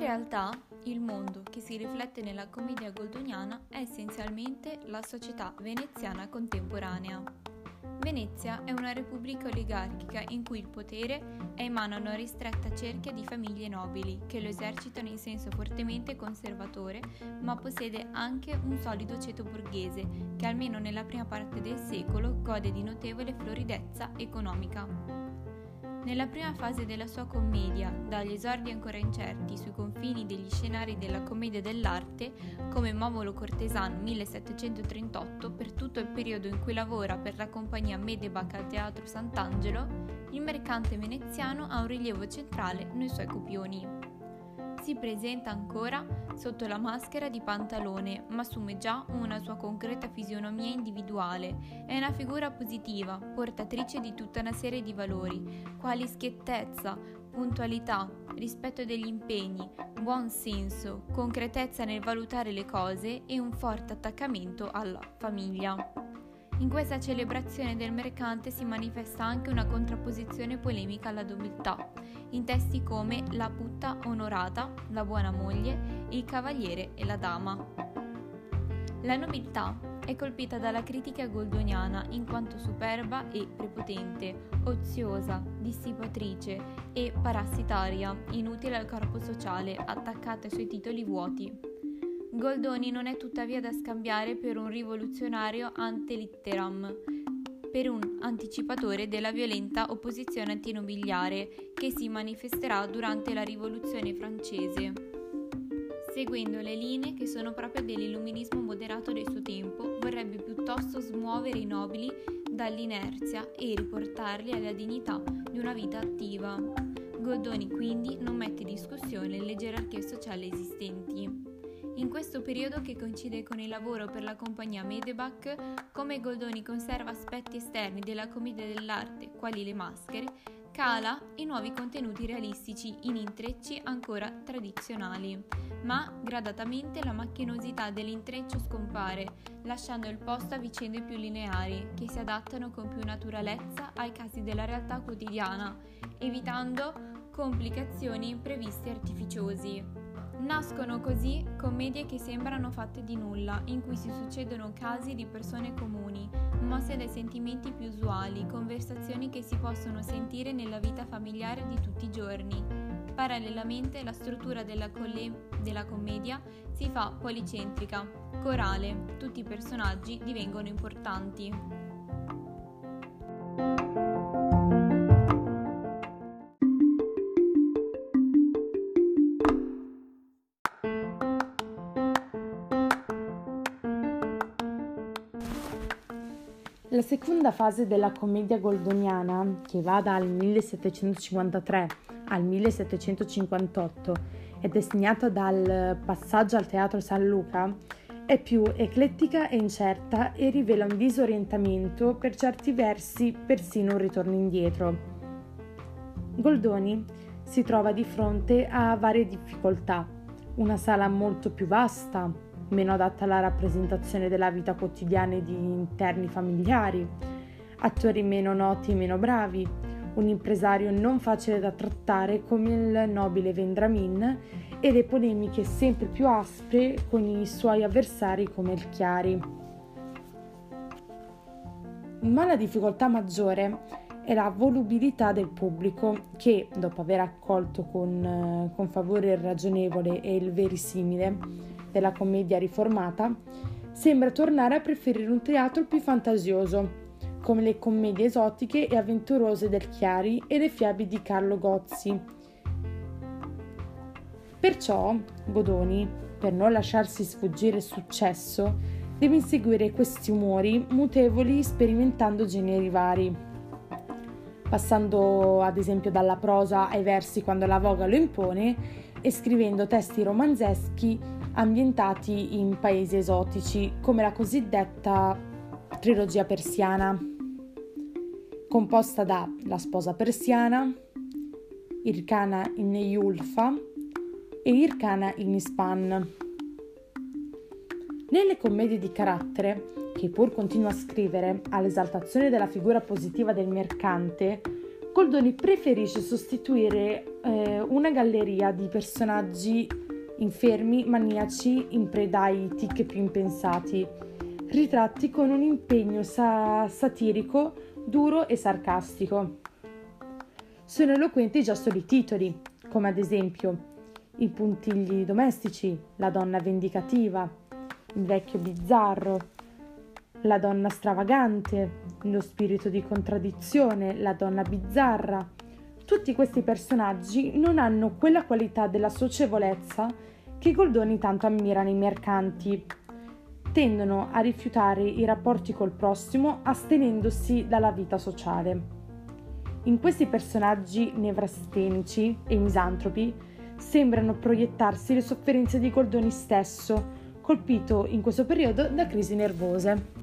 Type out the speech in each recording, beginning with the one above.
realtà, il mondo che si riflette nella commedia goldoniana è essenzialmente la società veneziana contemporanea. Venezia è una repubblica oligarchica in cui il potere è in mano a una ristretta cerchia di famiglie nobili che lo esercitano in senso fortemente conservatore, ma possiede anche un solido ceto borghese che almeno nella prima parte del secolo gode di notevole floridezza economica. Nella prima fase della sua commedia, dagli esordi ancora incerti sui confini degli scenari della commedia dell'arte, come Momolo Cortesan 1738, per tutto il periodo in cui lavora per la compagnia Medebach al Teatro Sant'Angelo, il mercante veneziano ha un rilievo centrale nei suoi copioni. Si presenta ancora sotto la maschera di Pantalone, ma assume già una sua concreta fisionomia individuale. È una figura positiva, portatrice di tutta una serie di valori, quali schiettezza, puntualità, rispetto degli impegni, buon senso, concretezza nel valutare le cose e un forte attaccamento alla famiglia. In questa celebrazione del mercante si manifesta anche una contrapposizione polemica alla nobiltà, in testi come La putta onorata, La buona moglie, Il cavaliere e la dama. La nobiltà è colpita dalla critica goldoniana in quanto superba e prepotente, oziosa, dissipatrice e parassitaria, inutile al corpo sociale, attaccata ai suoi titoli vuoti. Goldoni non è tuttavia da scambiare per un rivoluzionario ante litteram, per un anticipatore della violenta opposizione antinobiliare che si manifesterà durante la Rivoluzione francese. Seguendo le linee che sono proprie dell'illuminismo moderato del suo tempo, vorrebbe piuttosto smuovere i nobili dall'inerzia e riportarli alla dignità di una vita attiva. Goldoni quindi non mette in discussione le gerarchie sociali esistenti. In questo periodo, che coincide con il lavoro per la compagnia Medebach, come Goldoni conserva aspetti esterni della commedia dell'arte, quali le maschere, cala i nuovi contenuti realistici in intrecci ancora tradizionali, ma gradatamente la macchinosità dell'intreccio scompare, lasciando il posto a vicende più lineari, che si adattano con più naturalezza ai casi della realtà quotidiana, evitando complicazioni imprevisti e artificiosi. Nascono così commedie che sembrano fatte di nulla, in cui si succedono casi di persone comuni, mosse dai sentimenti più usuali, conversazioni che si possono sentire nella vita familiare di tutti i giorni. Parallelamente la struttura della commedia si fa policentrica, corale, tutti i personaggi divengono importanti. La seconda fase della commedia goldoniana, che va dal 1753 al 1758, è destinata dal passaggio al Teatro San Luca, è più eclettica e incerta e rivela un disorientamento, per certi versi persino un ritorno indietro. Goldoni si trova di fronte a varie difficoltà: una sala molto più vasta, meno adatta alla rappresentazione della vita quotidiana e di interni familiari, attori meno noti e meno bravi, un impresario non facile da trattare come il nobile Vendramin e le polemiche sempre più aspre con i suoi avversari come il Chiari. Ma la difficoltà maggiore è la volubilità del pubblico che, dopo aver accolto con favore il ragionevole e il verisimile della commedia riformata, sembra tornare a preferire un teatro più fantasioso, come le commedie esotiche e avventurose del Chiari e le fiabe di Carlo Gozzi. Perciò Goldoni, per non lasciarsi sfuggire il successo, deve inseguire questi umori mutevoli sperimentando generi vari, passando ad esempio dalla prosa ai versi quando la voga lo impone e scrivendo testi romanzeschi ambientati in paesi esotici, come la cosiddetta trilogia persiana, composta da La sposa persiana, Irkana in Eyulfa e Irkana in Ispan. Nelle commedie di carattere, che pur continua a scrivere all'esaltazione della figura positiva del mercante, Goldoni preferisce sostituire una galleria di personaggi infermi, maniaci, in preda ai tic più impensati, ritratti con un impegno satirico, duro e sarcastico. Sono eloquenti già solo i titoli, come ad esempio I puntigli domestici, La donna vendicativa, Il vecchio bizzarro, La donna stravagante, Lo spirito di contraddizione, La donna bizzarra. Tutti questi personaggi non hanno quella qualità della socievolezza che Goldoni tanto ammira nei mercanti. Tendono a rifiutare i rapporti col prossimo astenendosi dalla vita sociale. In questi personaggi nevrastenici e misantropi sembrano proiettarsi le sofferenze di Goldoni stesso, colpito in questo periodo da crisi nervose.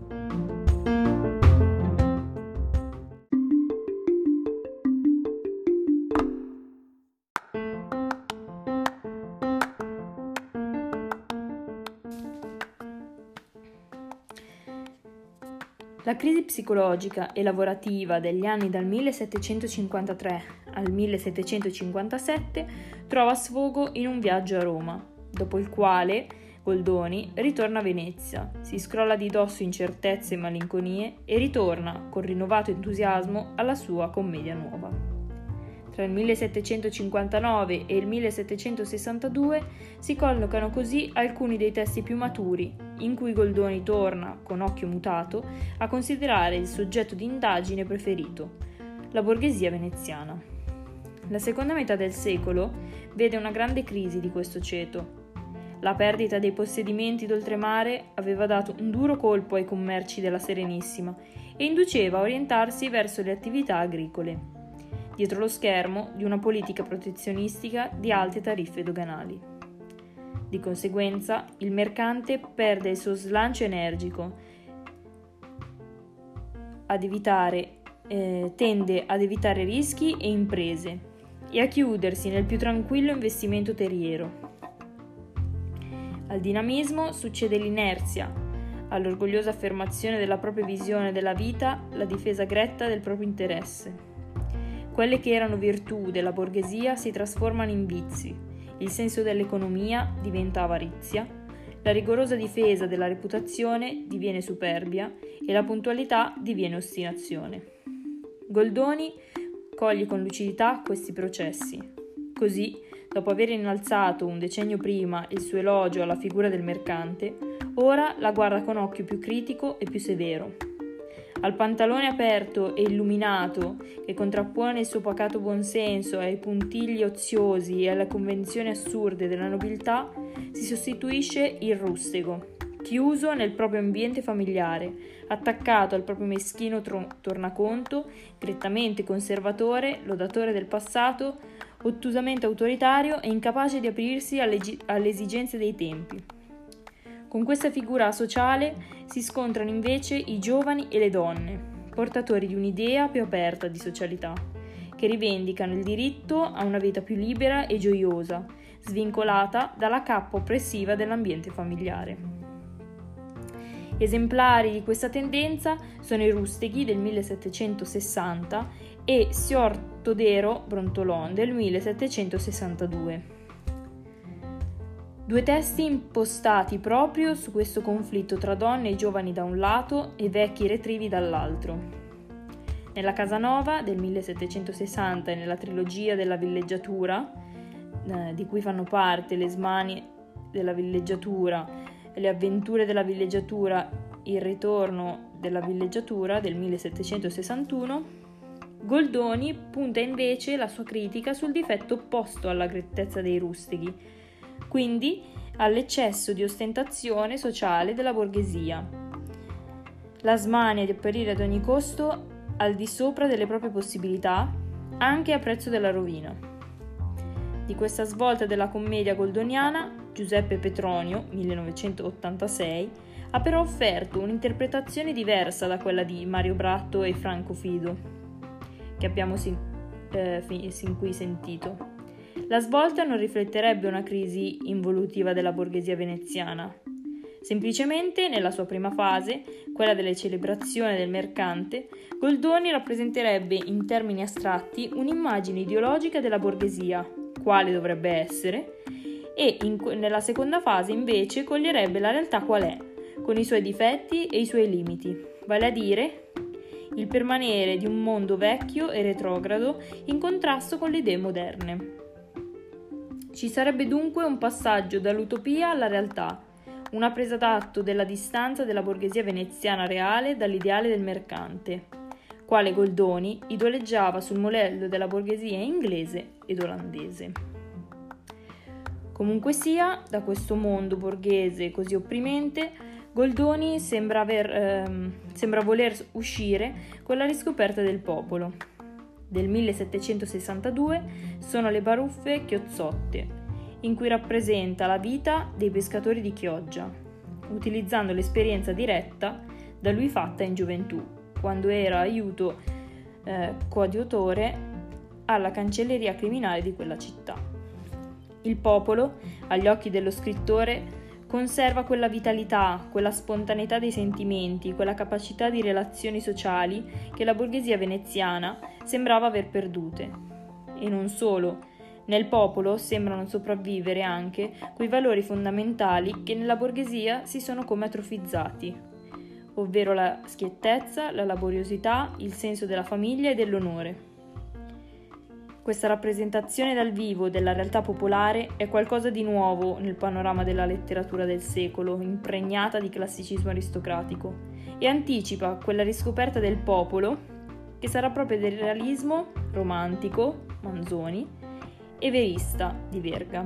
La crisi psicologica e lavorativa degli anni dal 1753 al 1757 trova sfogo in un viaggio a Roma, dopo il quale Goldoni ritorna a Venezia, si scrolla di dosso incertezze e malinconie e ritorna con rinnovato entusiasmo alla sua commedia nuova. Tra il 1759 e il 1762 si collocano così alcuni dei testi più maturi, in cui Goldoni torna, con occhio mutato, a considerare il soggetto di indagine preferito, la borghesia veneziana. La seconda metà del secolo vede una grande crisi di questo ceto. La perdita dei possedimenti d'oltremare aveva dato un duro colpo ai commerci della Serenissima e induceva a orientarsi verso le attività agricole, dietro lo schermo di una politica protezionistica di alte tariffe doganali. Di conseguenza, il mercante perde il suo slancio energico, tende ad evitare rischi e imprese e a chiudersi nel più tranquillo investimento terriero. Al dinamismo succede l'inerzia, all'orgogliosa affermazione della propria visione della vita, la difesa gretta del proprio interesse. Quelle che erano virtù della borghesia si trasformano in vizi, il senso dell'economia diventa avarizia, la rigorosa difesa della reputazione diviene superbia e la puntualità diviene ostinazione. Goldoni coglie con lucidità questi processi. Così, dopo aver innalzato un decennio prima il suo elogio alla figura del mercante, ora la guarda con occhio più critico e più severo. Al pantalone aperto e illuminato, che contrappone il suo pacato buonsenso ai puntigli oziosi e alle convenzioni assurde della nobiltà, si sostituisce il rustego, chiuso nel proprio ambiente familiare, attaccato al proprio meschino tornaconto, grettamente conservatore, lodatore del passato, ottusamente autoritario e incapace di aprirsi alle esigenze dei tempi. Con questa figura sociale si scontrano invece i giovani e le donne, portatori di un'idea più aperta di socialità, che rivendicano il diritto a una vita più libera e gioiosa, svincolata dalla cappa oppressiva dell'ambiente familiare. Esemplari di questa tendenza sono i rusteghi del 1760 e Signor Todero Brontolon del 1762. Due testi impostati proprio su questo conflitto tra donne e giovani da un lato e vecchi retrivi dall'altro. Nella Casanova del 1760 e nella trilogia della villeggiatura, di cui fanno parte Le smanie della villeggiatura, Le avventure della villeggiatura, Il ritorno della villeggiatura del 1761, Goldoni punta invece la sua critica sul difetto opposto alla grettezza dei rusteghi, quindi all'eccesso di ostentazione sociale della borghesia, la smania di apparire ad ogni costo al di sopra delle proprie possibilità, anche a prezzo della rovina. Di questa svolta della commedia goldoniana, Giuseppe Petronio, 1986, ha però offerto un'interpretazione diversa da quella di Mario Bratto e Franco Fido, che abbiamo sin qui sentito. La svolta non rifletterebbe una crisi involutiva della borghesia veneziana, Semplicemente, nella sua prima fase, quella delle celebrazioni del mercante, Goldoni rappresenterebbe in termini astratti un'immagine ideologica della borghesia, quale dovrebbe essere, e nella seconda fase invece coglierebbe la realtà qual è, con i suoi difetti e i suoi limiti, vale a dire il permanere di un mondo vecchio e retrogrado in contrasto con le idee moderne. Ci sarebbe dunque un passaggio dall'utopia alla realtà, una presa d'atto della distanza della borghesia veneziana reale dall'ideale del mercante, quale Goldoni idoleggiava sul modello della borghesia inglese ed olandese. Comunque sia, da questo mondo borghese così opprimente, Goldoni sembra voler uscire con la riscoperta del popolo. Del 1762 sono le baruffe Chiozzotte, in cui rappresenta la vita dei pescatori di Chioggia, utilizzando l'esperienza diretta da lui fatta in gioventù, quando era aiuto coadiutore alla cancelleria criminale di quella città. Il popolo, agli occhi dello scrittore, conserva quella vitalità, quella spontaneità dei sentimenti, quella capacità di relazioni sociali che la borghesia veneziana sembrava aver perdute. E non solo. Nel popolo sembrano sopravvivere anche quei valori fondamentali che nella borghesia si sono come atrofizzati, ovvero la schiettezza, la laboriosità, il senso della famiglia e dell'onore. Questa rappresentazione dal vivo della realtà popolare è qualcosa di nuovo nel panorama della letteratura del secolo, impregnata di classicismo aristocratico, e anticipa quella riscoperta del popolo che sarà proprio del realismo romantico, Manzoni, e verista di Verga.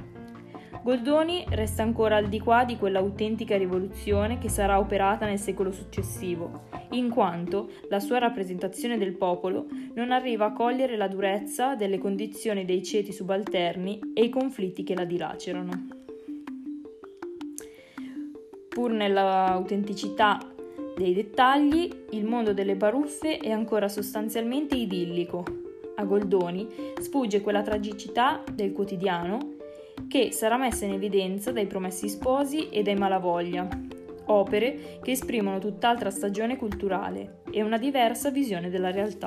Goldoni resta ancora al di qua di quell'autentica rivoluzione che sarà operata nel secolo successivo, in quanto la sua rappresentazione del popolo non arriva a cogliere la durezza delle condizioni dei ceti subalterni e i conflitti che la dilacerano. Pur nell'autenticità dei dettagli, il mondo delle baruffe è ancora sostanzialmente idillico. A Goldoni sfugge quella tragicità del quotidiano che sarà messa in evidenza dai Promessi Sposi e dai Malavoglia, opere che esprimono tutt'altra stagione culturale e una diversa visione della realtà.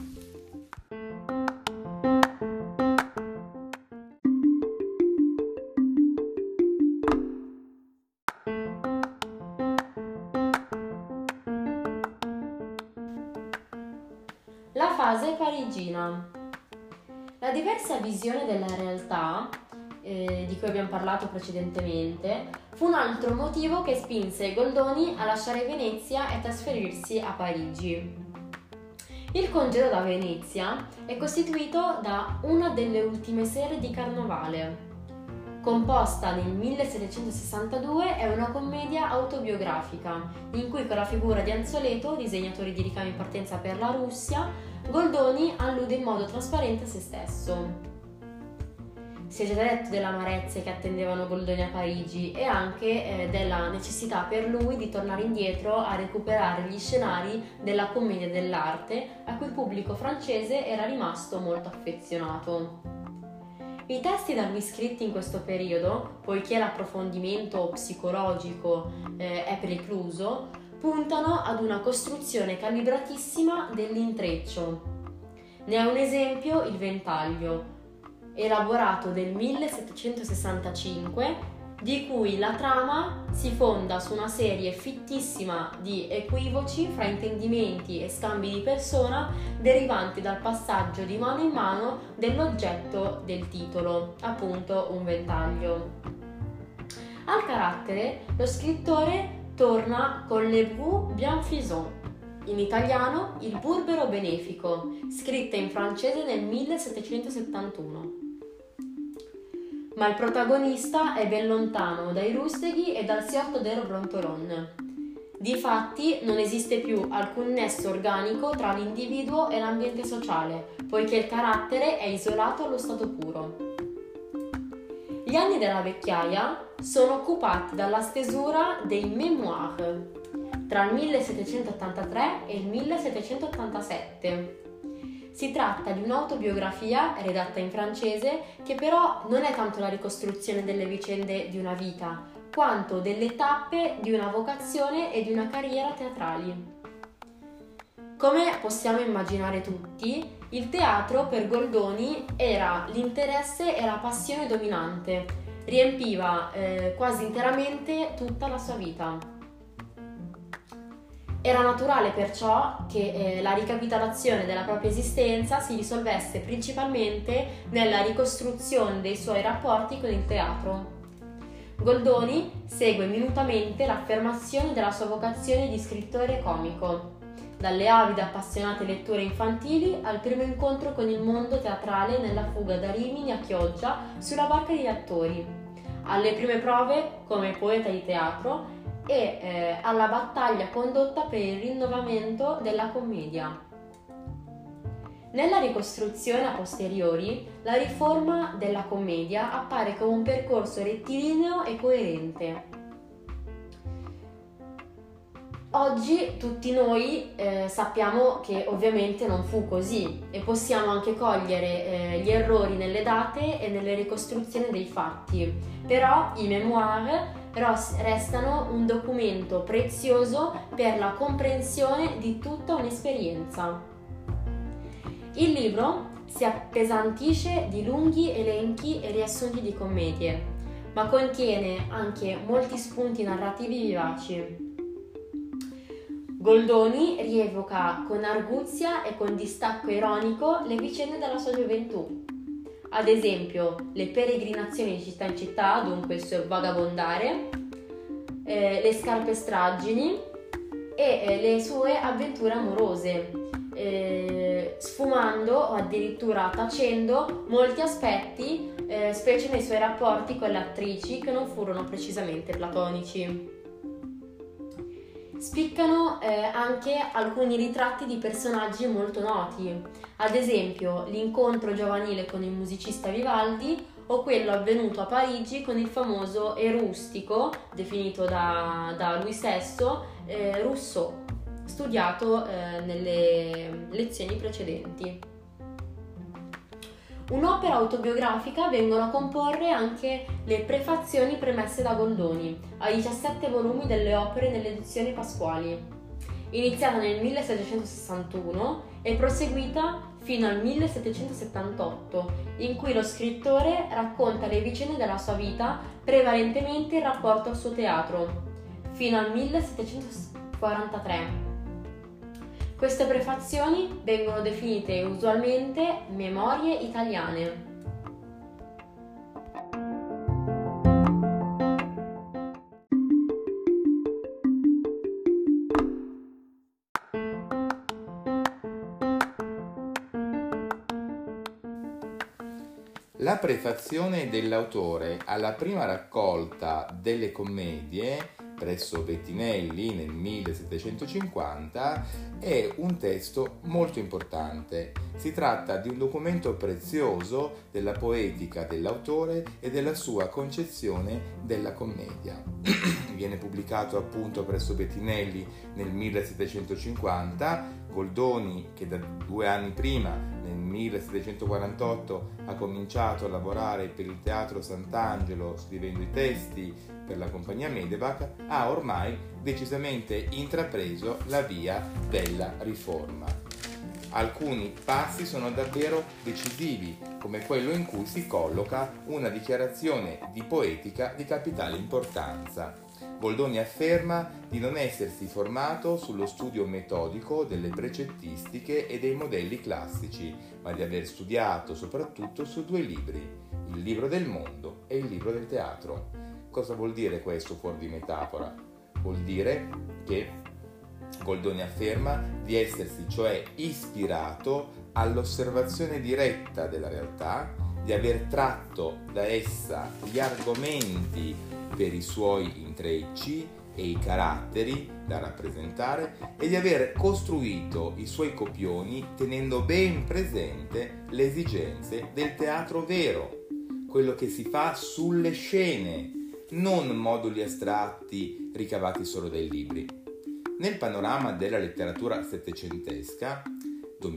La fase parigina. La diversa visione della realtà, di cui abbiamo parlato precedentemente, fu un altro motivo che spinse Goldoni a lasciare Venezia e trasferirsi a Parigi. Il congedo da Venezia è costituito da una delle ultime sere di Carnovale. Composta nel 1762, è una commedia autobiografica in cui con la figura di Anzoleto, disegnatore di ricami in partenza per la Russia, Goldoni allude in modo trasparente a se stesso. Si è già detto delle amarezze che attendevano Goldoni a Parigi e anche della necessità per lui di tornare indietro a recuperare gli scenari della commedia dell'arte a cui il pubblico francese era rimasto molto affezionato. I testi da lui scritti in questo periodo, poiché l'approfondimento psicologico è precluso, puntano ad una costruzione calibratissima dell'intreccio. Ne è un esempio il Ventaglio, elaborato nel 1765, di cui la trama si fonda su una serie fittissima di equivoci, fraintendimenti e scambi di persona derivanti dal passaggio di mano in mano dell'oggetto del titolo, appunto un ventaglio. Al carattere, lo scrittore torna con Le Bru Bienfaisant, in italiano Il burbero benefico, scritta in francese nel 1771. Ma il protagonista è ben lontano dai rusteghi e dal Sieur Todero Brontoron. Difatti non esiste più alcun nesso organico tra l'individuo e l'ambiente sociale, poiché il carattere è isolato allo stato puro. Gli anni della vecchiaia sono occupati dalla stesura dei Mémoires tra il 1783 e il 1787. Si tratta di un'autobiografia redatta in francese che però non è tanto la ricostruzione delle vicende di una vita, quanto delle tappe di una vocazione e di una carriera teatrali. Come possiamo immaginare tutti, il teatro per Goldoni era l'interesse e la passione dominante, riempiva quasi interamente tutta la sua vita. Era naturale perciò che la ricapitolazione della propria esistenza si risolvesse principalmente nella ricostruzione dei suoi rapporti con il teatro. Goldoni segue minutamente l'affermazione della sua vocazione di scrittore comico, dalle avide appassionate letture infantili al primo incontro con il mondo teatrale nella fuga da Rimini a Chioggia sulla barca degli attori, alle prime prove come poeta di teatro e alla battaglia condotta per il rinnovamento della commedia. Nella ricostruzione a posteriori, la riforma della commedia appare come un percorso rettilineo e coerente. Oggi tutti noi sappiamo che ovviamente non fu così e possiamo anche cogliere gli errori nelle date e nelle ricostruzioni dei fatti, però i memoir restano un documento prezioso per la comprensione di tutta un'esperienza. Il libro si appesantisce di lunghi elenchi e riassunti di commedie, ma contiene anche molti spunti narrativi vivaci. Goldoni rievoca con arguzia e con distacco ironico le vicende della sua gioventù. Ad esempio, le peregrinazioni di città in città, dunque il suo vagabondare, le scarpestraggini e le sue avventure amorose, sfumando o addirittura tacendo molti aspetti, specie nei suoi rapporti con le attrici che non furono precisamente platonici. Spiccano anche alcuni ritratti di personaggi molto noti, ad esempio l'incontro giovanile con il musicista Vivaldi o quello avvenuto a Parigi con il famoso erustico, definito da lui stesso, Rousseau, studiato nelle lezioni precedenti. Un'opera autobiografica vengono a comporre anche le prefazioni premesse da Goldoni ai 17 volumi delle opere nelle edizioni pasquali, iniziata nel 1761 e proseguita fino al 1778, in cui lo scrittore racconta le vicende della sua vita, prevalentemente in rapporto al suo teatro, fino al 1743. Queste prefazioni vengono definite usualmente memorie italiane. La prefazione dell'autore alla prima raccolta delle commedie presso Bettinelli nel 1750 è un testo molto importante. Si tratta di un documento prezioso della poetica dell'autore e della sua concezione della commedia. Viene pubblicato appunto presso Bettinelli nel 1750. Goldoni, che da 2 anni prima, nel 1748, ha cominciato a lavorare per il Teatro Sant'Angelo scrivendo i testi per la compagnia Medevach, ha ormai decisamente intrapreso la via della riforma. Alcuni passi sono davvero decisivi, come quello in cui si colloca una dichiarazione di poetica di capitale importanza. Goldoni afferma di non essersi formato sullo studio metodico delle precettistiche e dei modelli classici, ma di aver studiato soprattutto su 2 libri, il libro del mondo e il libro del teatro. Cosa vuol dire questo fuori di metafora? Vuol dire che Goldoni afferma di essersi cioè ispirato all'osservazione diretta della realtà, di aver tratto da essa gli argomenti per i suoi intrecci e i caratteri da rappresentare e di aver costruito i suoi copioni tenendo ben presente le esigenze del teatro vero, quello che si fa sulle scene, non moduli astratti ricavati solo dai libri. Nel panorama della letteratura settecentesca,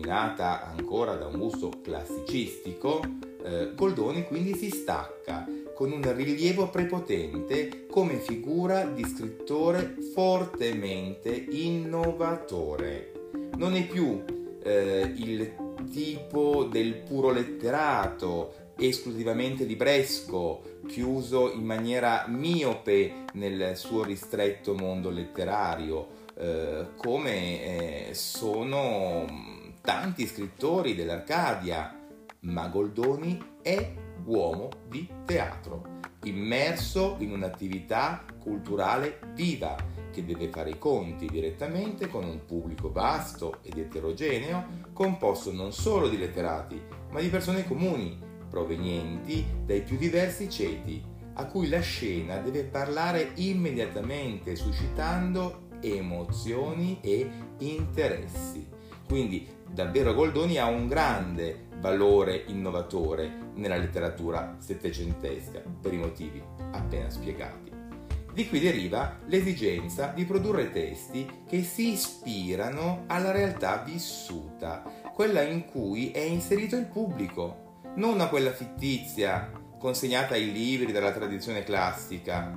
dominata ancora da un gusto classicistico, Goldoni quindi si stacca con un rilievo prepotente come figura di scrittore fortemente innovatore. Non è più il tipo del puro letterato, esclusivamente libresco, chiuso in maniera miope nel suo ristretto mondo letterario, come sono tanti scrittori dell'Arcadia, ma Goldoni è uomo di teatro, immerso in un'attività culturale viva, che deve fare i conti direttamente con un pubblico vasto ed eterogeneo, composto non solo di letterati, ma di persone comuni, provenienti dai più diversi ceti, a cui la scena deve parlare immediatamente, suscitando emozioni e interessi. Quindi davvero Goldoni ha un grande valore innovatore nella letteratura settecentesca, per i motivi appena spiegati. Di qui deriva l'esigenza di produrre testi che si ispirano alla realtà vissuta, quella in cui è inserito il pubblico, non a quella fittizia consegnata ai libri dalla tradizione classica.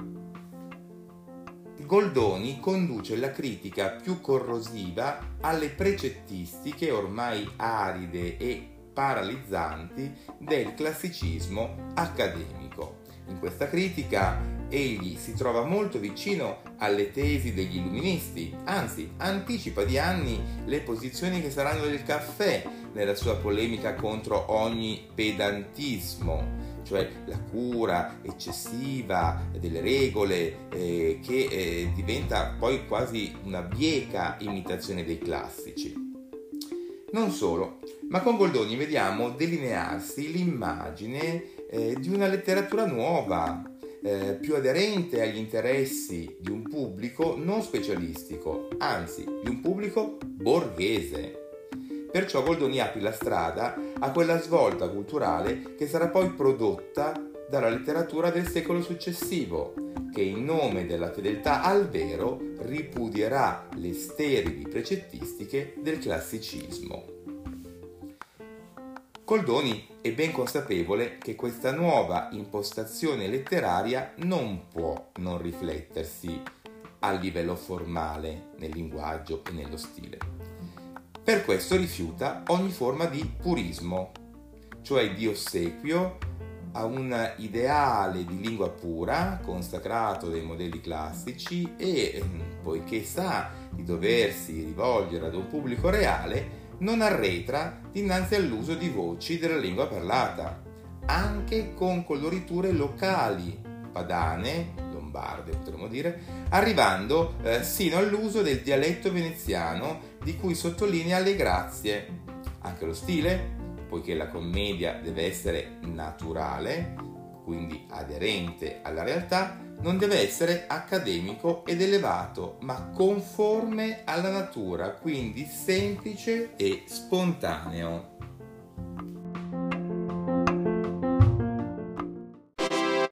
Goldoni conduce la critica più corrosiva alle precettistiche ormai aride e paralizzanti del classicismo accademico. In questa critica egli si trova molto vicino alle tesi degli illuministi, anzi anticipa di anni le posizioni che saranno del caffè nella sua polemica contro ogni pedantismo, cioè la cura eccessiva delle regole che diventa poi quasi una bieca imitazione dei classici. Non solo, ma con Goldoni vediamo delinearsi l'immagine di una letteratura nuova, più aderente agli interessi di un pubblico non specialistico, anzi di un pubblico borghese. Perciò Goldoni apre la strada a quella svolta culturale che sarà poi prodotta dalla letteratura del secolo successivo, che in nome della fedeltà al vero ripudierà le sterili precettistiche del classicismo. Goldoni è ben consapevole che questa nuova impostazione letteraria non può non riflettersi a livello formale nel linguaggio e nello stile. Per questo rifiuta ogni forma di purismo, cioè di ossequio a un ideale di lingua pura, consacrato dai modelli classici, e poiché sa di doversi rivolgere ad un pubblico reale, non arretra dinanzi all'uso di voci della lingua parlata, anche con coloriture locali, padane, lombarde potremmo dire, arrivando sino all'uso del dialetto veneziano, di cui sottolinea le grazie. Anche lo stile, poiché la commedia deve essere naturale, quindi aderente alla realtà, non deve essere accademico ed elevato, ma conforme alla natura, quindi semplice e spontaneo.